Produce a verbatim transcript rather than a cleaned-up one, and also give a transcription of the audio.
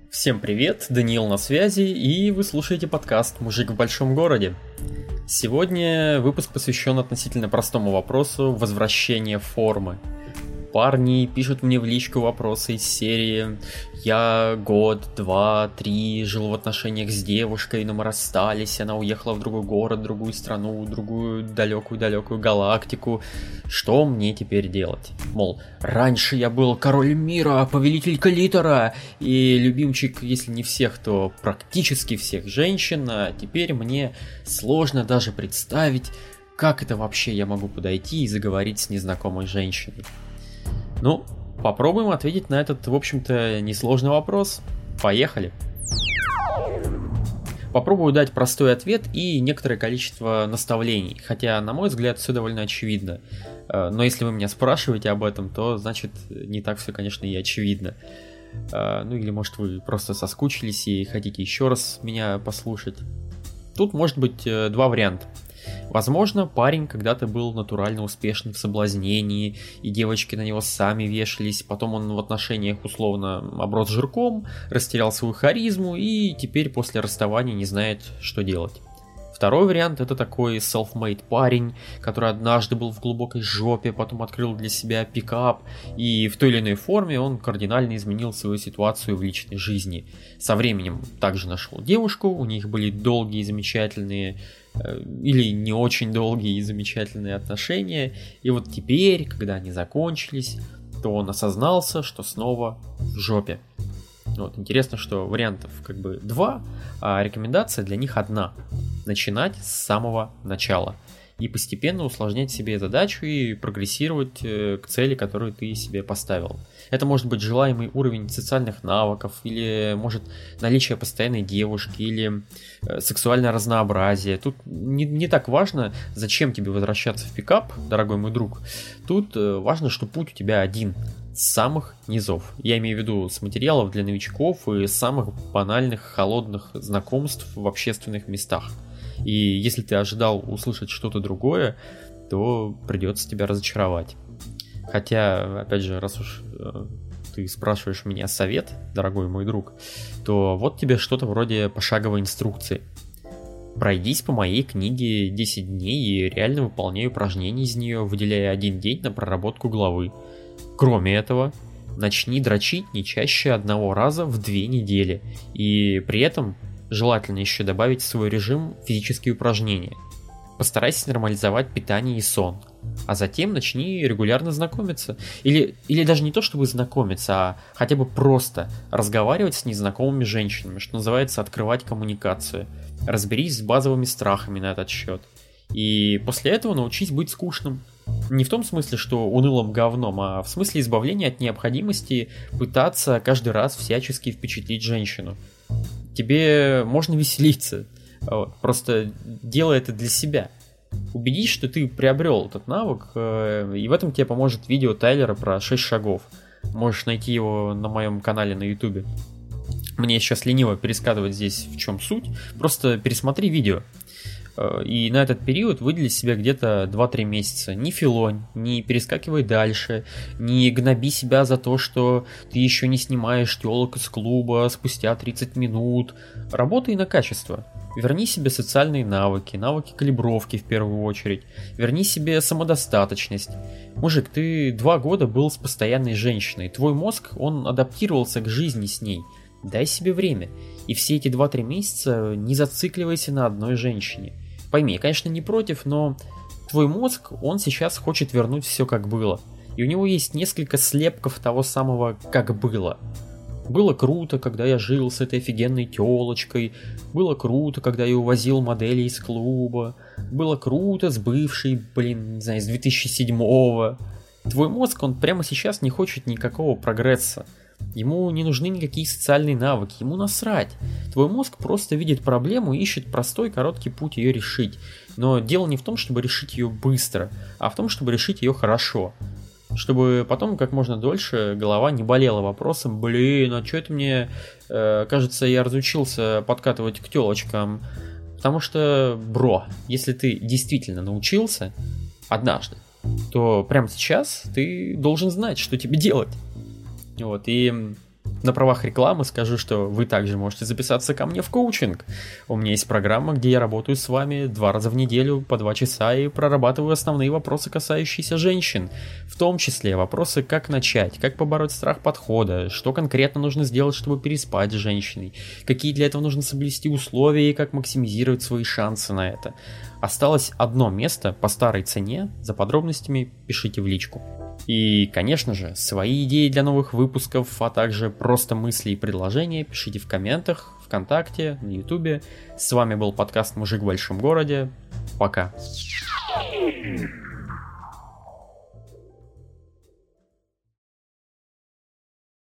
Всем привет, Даниил на связи, и вы слушаете подкаст «Мужик в большом городе». Сегодня выпуск посвящен относительно простому вопросу возвращения формы. Парни пишут мне в личку вопросы из серии «Я год, два, три жил в отношениях с девушкой, но мы расстались, она уехала в другой город, другую страну, другую далекую-далекую галактику. Что мне теперь делать?» Мол, раньше я был король мира, повелитель клитора и любимчик, если не всех, то практически всех женщин, а теперь мне сложно даже представить, как это вообще я могу подойти и заговорить с незнакомой женщиной. Ну, попробуем ответить на этот, в общем-то, несложный вопрос. Поехали! Попробую дать простой ответ и некоторое количество наставлений, хотя, на мой взгляд, все довольно очевидно. Но если вы меня спрашиваете об этом, то, значит, не так все, конечно, и очевидно. Ну или, может, вы просто соскучились и хотите еще раз меня послушать. Тут может быть два варианта. Возможно, парень когда-то был натурально успешным в соблазнении, и девочки на него сами вешались, потом он в отношениях условно оброс жирком, растерял свою харизму и теперь после расставания не знает, что делать. Второй вариант — это такой self-made парень, который однажды был в глубокой жопе, потом открыл для себя пикап, и в той или иной форме он кардинально изменил свою ситуацию в личной жизни. Со временем также нашел девушку, у них были долгие и замечательные, э, или не очень долгие и замечательные отношения, и вот теперь, когда они закончились, то он осознался, что снова в жопе. Вот, интересно, что вариантов как бы два, а рекомендация для них одна. Начинать с самого начала и постепенно усложнять себе задачу и прогрессировать к цели, которую ты себе поставил. Это может быть желаемый уровень социальных навыков, или может наличие постоянной девушки, или сексуальное разнообразие. Тут не, не так важно, зачем тебе возвращаться в пикап, дорогой мой друг. Тут важно, что путь у тебя один. С самых низов. Я имею в виду с материалов для новичков и самых банальных, холодных знакомств в общественных местах. И если ты ожидал услышать что-то другое, то придется тебя разочаровать. Хотя, опять же, раз уж э, ты спрашиваешь меня совет, дорогой мой друг, то вот тебе что-то вроде пошаговой инструкции. Пройдись по моей книге десять дней и реально выполняй упражнения из нее, выделяя один день на проработку главы. Кроме этого, начни дрочить не чаще одного раза в две недели, и при этом желательно еще добавить в свой режим физические упражнения. Постарайся нормализовать питание и сон, а затем начни регулярно знакомиться. Или, или даже не то чтобы знакомиться, а хотя бы просто разговаривать с незнакомыми женщинами, что называется открывать коммуникацию. Разберись с базовыми страхами на этот счет. И после этого научись быть скучным. Не в том смысле, что унылым говном, а в смысле избавления от необходимости пытаться каждый раз всячески впечатлить женщину. Тебе можно веселиться, вот, просто делай это для себя. Убедись, что ты приобрел этот навык, и в этом тебе поможет видео Тайлера про шесть шагов. Можешь найти его на моем канале на ютубе. Мне сейчас лениво пересказывать здесь, в чем суть, просто пересмотри видео. И на этот период выдели себе где-то два-три месяца. Не филонь, не перескакивай дальше, не гноби себя за то, что ты еще не снимаешь телок из клуба спустя тридцать минут. Работай на качество. Верни себе социальные навыки, навыки калибровки в первую очередь. Верни себе самодостаточность. Мужик, ты два года был с постоянной женщиной. Твой мозг, он адаптировался к жизни с ней. Дай себе время. И все эти два-три месяца не зацикливайся на одной женщине. Пойми, я, конечно, не против, но твой мозг, он сейчас хочет вернуть все как было. И у него есть несколько слепков того самого «как было». Было круто, когда я жил с этой офигенной телочкой. Было круто, когда я увозил модели из клуба. Было круто с бывшей, блин, не знаю, с две тысячи седьмого. Твой мозг, он прямо сейчас не хочет никакого прогресса. Ему не нужны никакие социальные навыки, ему насрать. Твой мозг просто видит проблему и ищет простой короткий путь ее решить. Но дело не в том, чтобы решить ее быстро, а в том, чтобы решить ее хорошо. Чтобы потом как можно дольше голова не болела вопросом: блин, а что это мне, э, кажется, я разучился подкатывать к телочкам. Потому что, бро, если ты действительно научился однажды, то прямо сейчас ты должен знать, что тебе делать. Вот, и На правах рекламы скажу, что вы также можете записаться ко мне в коучинг. У меня есть программа, где я работаю с вами два раза в неделю по два часа и прорабатываю основные вопросы, касающиеся женщин. В том числе вопросы, как начать, как побороть страх подхода, что конкретно нужно сделать, чтобы переспать с женщиной, какие для этого нужно соблюсти условия и как максимизировать свои шансы на это. Осталось одно место по старой цене, за подробностями пишите в личку. И, конечно же, свои идеи для новых выпусков, а также просто мысли и предложения пишите в комментах, ВКонтакте, на Ютубе. С вами был подкаст «Мужик в большом городе». Пока.